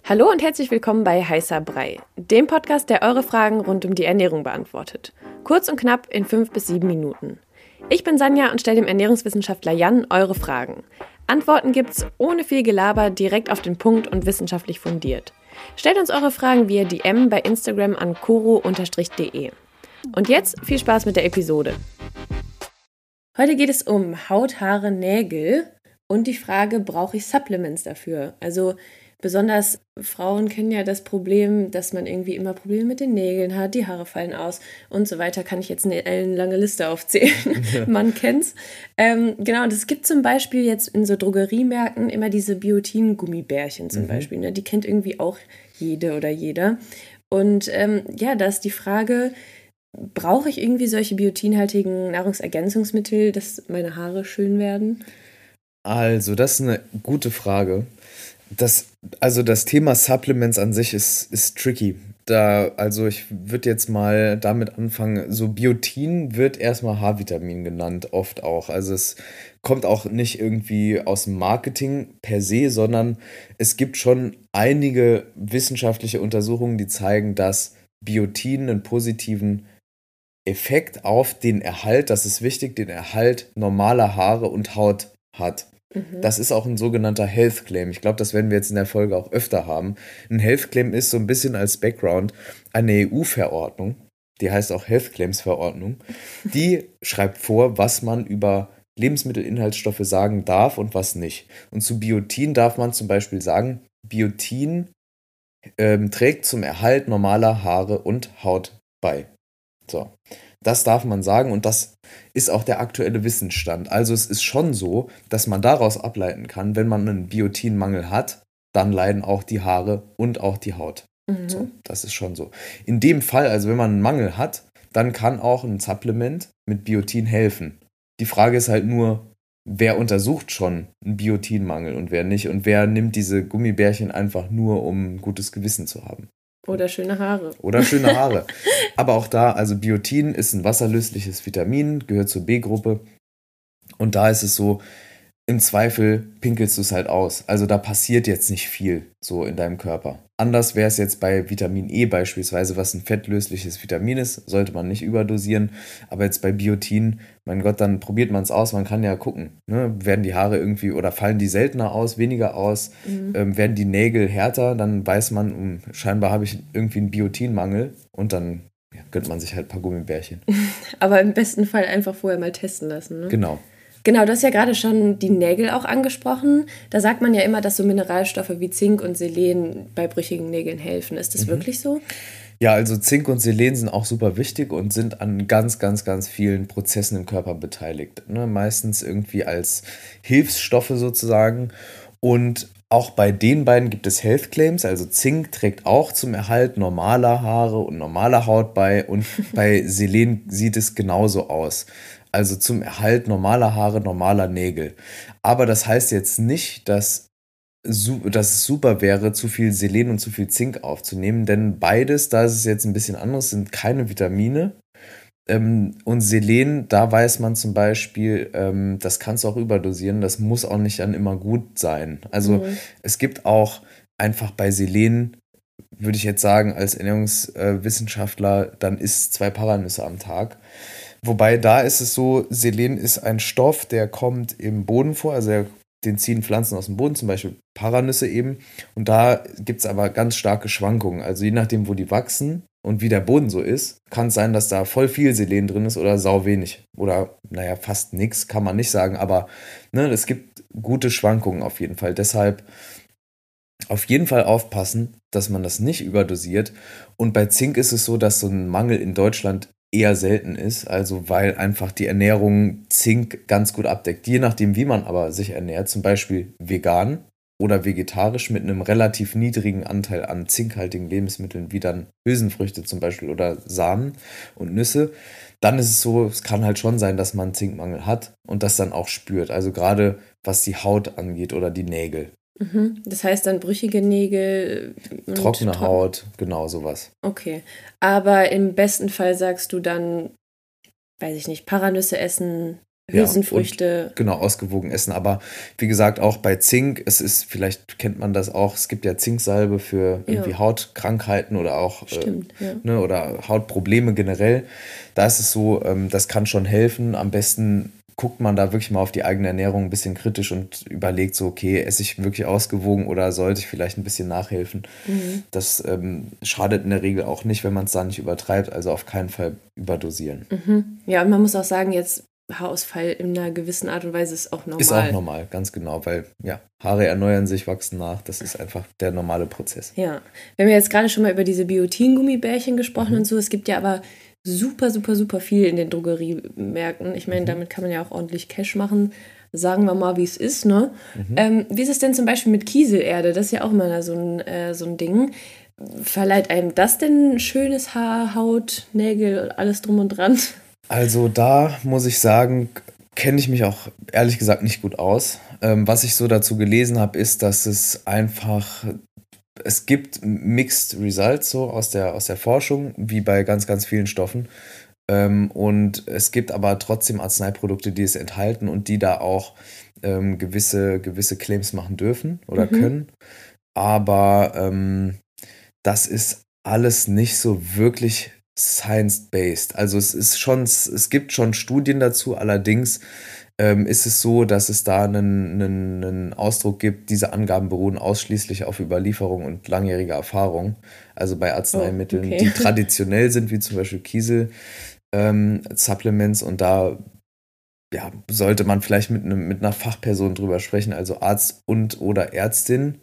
Hallo und herzlich willkommen bei Heißer Brei, dem Podcast, der eure Fragen rund um die Ernährung beantwortet. Kurz und knapp in 5 bis 7 Minuten. Ich bin Sanja und stelle dem Ernährungswissenschaftler Jan eure Fragen. Antworten gibt's ohne viel Gelaber, direkt auf den Punkt und wissenschaftlich fundiert. Stellt uns eure Fragen via DM bei Instagram an koro_de. Und jetzt viel Spaß mit der Episode. Heute geht es um Haut, Haare, Nägel und die Frage, brauche ich Supplements dafür? Also besonders Frauen kennen ja das Problem, dass man irgendwie immer Probleme mit den Nägeln hat, die Haare fallen aus und so weiter. Kann ich jetzt eine lange Liste aufzählen. Man kennt's. Genau, und es gibt zum Beispiel jetzt in so Drogeriemärkten immer diese Biotin-Gummibärchen zum Beispiel. Ne? Die kennt irgendwie auch jede oder jeder. Und da ist die Frage, brauche ich irgendwie solche biotinhaltigen Nahrungsergänzungsmittel, dass meine Haare schön werden? Also, das ist eine gute Frage. Das Thema Supplements an sich ist tricky. Ich würde jetzt mal damit anfangen. So Biotin wird erstmal Haarvitamin genannt, oft auch. Also es kommt auch nicht irgendwie aus dem Marketing per se, sondern es gibt schon einige wissenschaftliche Untersuchungen, die zeigen, dass Biotin einen positiven Effekt auf den Erhalt, das ist wichtig, den Erhalt normaler Haare und Haut hat. Das ist auch ein sogenannter Health Claim. Ich glaube, das werden wir jetzt in der Folge auch öfter haben. Ein Health Claim ist so ein bisschen als Background eine EU-Verordnung, die heißt auch Health Claims Verordnung. Die schreibt vor, was man über Lebensmittelinhaltsstoffe sagen darf und was nicht. Und zu Biotin darf man zum Beispiel sagen, Biotin trägt zum Erhalt normaler Haare und Haut bei. So, das darf man sagen und das ist auch der aktuelle Wissensstand. Also es ist schon so, dass man daraus ableiten kann, wenn man einen Biotinmangel hat, dann leiden auch die Haare und auch die Haut. So, das ist schon so. In dem Fall, also wenn man einen Mangel hat, dann kann auch ein Supplement mit Biotin helfen. Die Frage ist halt nur, wer untersucht schon einen Biotinmangel und wer nicht und wer nimmt diese Gummibärchen einfach nur, um ein gutes Gewissen zu haben. Oder schöne Haare. Oder schöne Haare. Aber auch da, also Biotin ist ein wasserlösliches Vitamin, gehört zur B-Gruppe. Und da ist es so, im Zweifel pinkelst du es halt aus. Also da passiert jetzt nicht viel so in deinem Körper. Anders wäre es jetzt bei Vitamin E beispielsweise, was ein fettlösliches Vitamin ist, sollte man nicht überdosieren. Aber jetzt bei Biotin, mein Gott, dann probiert man es aus. Man kann ja gucken, ne? Werden die Haare irgendwie oder fallen die seltener aus, weniger aus? Werden die Nägel härter? Dann weiß man, scheinbar habe ich irgendwie einen Biotinmangel und dann gönnt man sich halt ein paar Gummibärchen. Aber im besten Fall einfach vorher mal testen lassen, ne? Genau. Genau, du hast ja gerade schon die Nägel auch angesprochen. Da sagt man ja immer, dass so Mineralstoffe wie Zink und Selen bei brüchigen Nägeln helfen. Ist das wirklich so? Ja, also Zink und Selen sind auch super wichtig und sind an ganz, ganz, ganz vielen Prozessen im Körper beteiligt. Ne? Meistens irgendwie als Hilfsstoffe sozusagen. Und auch bei den beiden gibt es Health Claims. Also Zink trägt auch zum Erhalt normaler Haare und normaler Haut bei. Und bei Selen sieht es genauso aus. Also zum Erhalt normaler Haare, normaler Nägel. Aber das heißt jetzt nicht, dass es super wäre, zu viel Selen und zu viel Zink aufzunehmen, denn beides, da ist es jetzt ein bisschen anders, sind keine Vitamine. Und Selen, da weiß man zum Beispiel, das kannst du auch überdosieren, das muss auch nicht dann immer gut sein. Also es gibt auch einfach bei Selen, würde ich jetzt sagen, als Ernährungswissenschaftler, dann isst 2 Paranüsse am Tag. Wobei da ist es so, Selen ist ein Stoff, der kommt im Boden vor, den ziehen Pflanzen aus dem Boden, zum Beispiel Paranüsse eben. Und da gibt es aber ganz starke Schwankungen. Also je nachdem, wo die wachsen und wie der Boden so ist, kann es sein, dass da voll viel Selen drin ist oder sau wenig. Oder naja, fast nichts, kann man nicht sagen. Aber ne, es gibt gute Schwankungen auf jeden Fall. Deshalb auf jeden Fall aufpassen, dass man das nicht überdosiert. Und bei Zink ist es so, dass so ein Mangel in Deutschland eher selten ist, also weil einfach die Ernährung Zink ganz gut abdeckt. Je nachdem, wie man aber sich ernährt, zum Beispiel vegan oder vegetarisch mit einem relativ niedrigen Anteil an zinkhaltigen Lebensmitteln, wie dann Hülsenfrüchte zum Beispiel oder Samen und Nüsse, dann ist es so, es kann halt schon sein, dass man einen Zinkmangel hat und das dann auch spürt. Also gerade was die Haut angeht oder die Nägel. Das heißt dann brüchige Nägel. Trockene Haut, genau sowas. Okay, aber im besten Fall sagst du dann, weiß ich nicht, Paranüsse essen, Hülsenfrüchte. Genau, ausgewogen essen. Aber wie gesagt, auch bei Zink, es ist, vielleicht kennt man das auch, es gibt ja Zinksalbe für irgendwie Hautkrankheiten oder auch ne, oder Hautprobleme generell. Da ist es so, das kann schon helfen. Am besten guckt man da wirklich mal auf die eigene Ernährung ein bisschen kritisch und überlegt so, okay, esse ich wirklich ausgewogen oder sollte ich vielleicht ein bisschen nachhelfen? Das schadet in der Regel auch nicht, wenn man es da nicht übertreibt, also auf keinen Fall überdosieren. Ja, und man muss auch sagen, jetzt Haarausfall in einer gewissen Art und Weise ist auch normal. Ist auch normal, ganz genau, weil Haare erneuern sich, wachsen nach, das ist einfach der normale Prozess. Ja, wir haben ja jetzt gerade schon mal über diese Biotin-Gummibärchen gesprochen und so, es gibt ja aber super, super, super viel in den Drogeriemärkten. Ich meine, damit kann man ja auch ordentlich Cash machen. Sagen wir mal, wie es ist, ne? Wie ist es denn zum Beispiel mit Kieselerde? Das ist ja auch immer so ein Ding. Verleiht einem das denn schönes Haar, Haut, Nägel, alles drum und dran? Also da muss ich sagen, kenne ich mich auch ehrlich gesagt nicht gut aus. Was ich so dazu gelesen habe, ist, dass es gibt Mixed Results so aus der Forschung, wie bei ganz, ganz vielen Stoffen. Und es gibt aber trotzdem Arzneiprodukte, die es enthalten und die da auch gewisse Claims machen dürfen oder können. Aber das ist alles nicht so wirklich science-based. Also es gibt schon Studien dazu, allerdings ist es so, dass es da einen Ausdruck gibt, diese Angaben beruhen ausschließlich auf Überlieferung und langjähriger Erfahrung. Also bei Arzneimitteln, die traditionell sind, wie zum Beispiel Kiesel-Supplements, und da sollte man vielleicht mit einer Fachperson drüber sprechen, also Arzt oder Ärztin,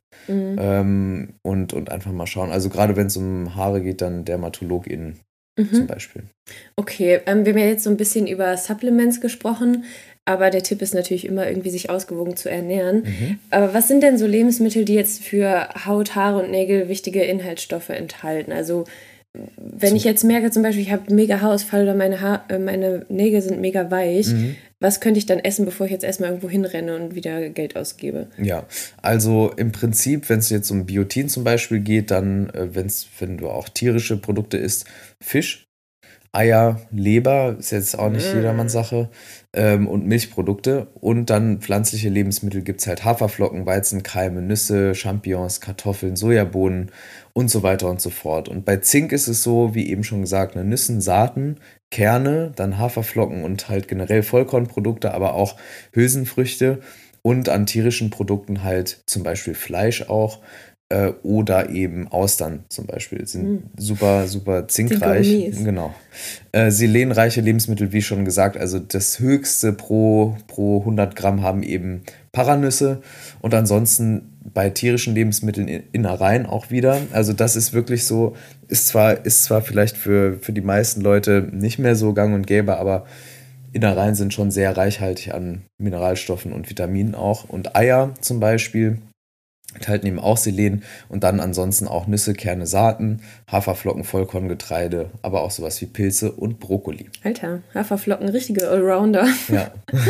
und einfach mal schauen. Also gerade wenn es um Haare geht, dann DermatologInnen zum Beispiel. Okay, wir haben ja jetzt so ein bisschen über Supplements gesprochen, aber der Tipp ist natürlich immer irgendwie, sich ausgewogen zu ernähren. Aber was sind denn so Lebensmittel, die jetzt für Haut, Haare und Nägel wichtige Inhaltsstoffe enthalten? Also wenn ich jetzt merke, zum Beispiel, ich habe mega Haarausfall oder meine Nägel sind mega weich, was könnte ich dann essen, bevor ich jetzt erstmal irgendwo hinrenne und wieder Geld ausgebe? Ja, also im Prinzip, wenn es jetzt um Biotin zum Beispiel geht, dann, wenn du auch tierische Produkte isst, Fisch, Eier, Leber, ist jetzt auch nicht jedermanns Sache, und Milchprodukte. Und dann pflanzliche Lebensmittel gibt es halt Haferflocken, Weizenkeime, Nüsse, Champignons, Kartoffeln, Sojabohnen und so weiter und so fort. Und bei Zink ist es so, wie eben schon gesagt, Nüssen, Saaten, Kerne, dann Haferflocken und halt generell Vollkornprodukte, aber auch Hülsenfrüchte und an tierischen Produkten halt zum Beispiel Fleisch auch. Oder eben Austern zum Beispiel, sind super, super zinkreich. Genau. Selenreiche Lebensmittel, wie schon gesagt, also das höchste pro 100 Gramm haben eben Paranüsse und ansonsten bei tierischen Lebensmitteln Innereien auch wieder. Also das ist wirklich so, ist zwar vielleicht für die meisten Leute nicht mehr so gang und gäbe, aber Innereien sind schon sehr reichhaltig an Mineralstoffen und Vitaminen auch. Und Eier zum Beispiel enthalten eben auch Selen und dann ansonsten auch Nüsse, Kerne, Saaten, Haferflocken, Vollkorngetreide, aber auch sowas wie Pilze und Brokkoli. Alter, Haferflocken, richtige Allrounder. Ja.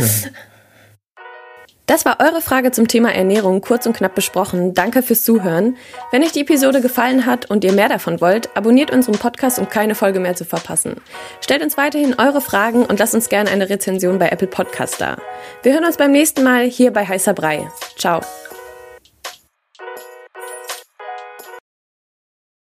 Das war eure Frage zum Thema Ernährung, kurz und knapp besprochen. Danke fürs Zuhören. Wenn euch die Episode gefallen hat und ihr mehr davon wollt, abonniert unseren Podcast, um keine Folge mehr zu verpassen. Stellt uns weiterhin eure Fragen und lasst uns gerne eine Rezension bei Apple Podcast da. Wir hören uns beim nächsten Mal hier bei Heißer Brei. Ciao.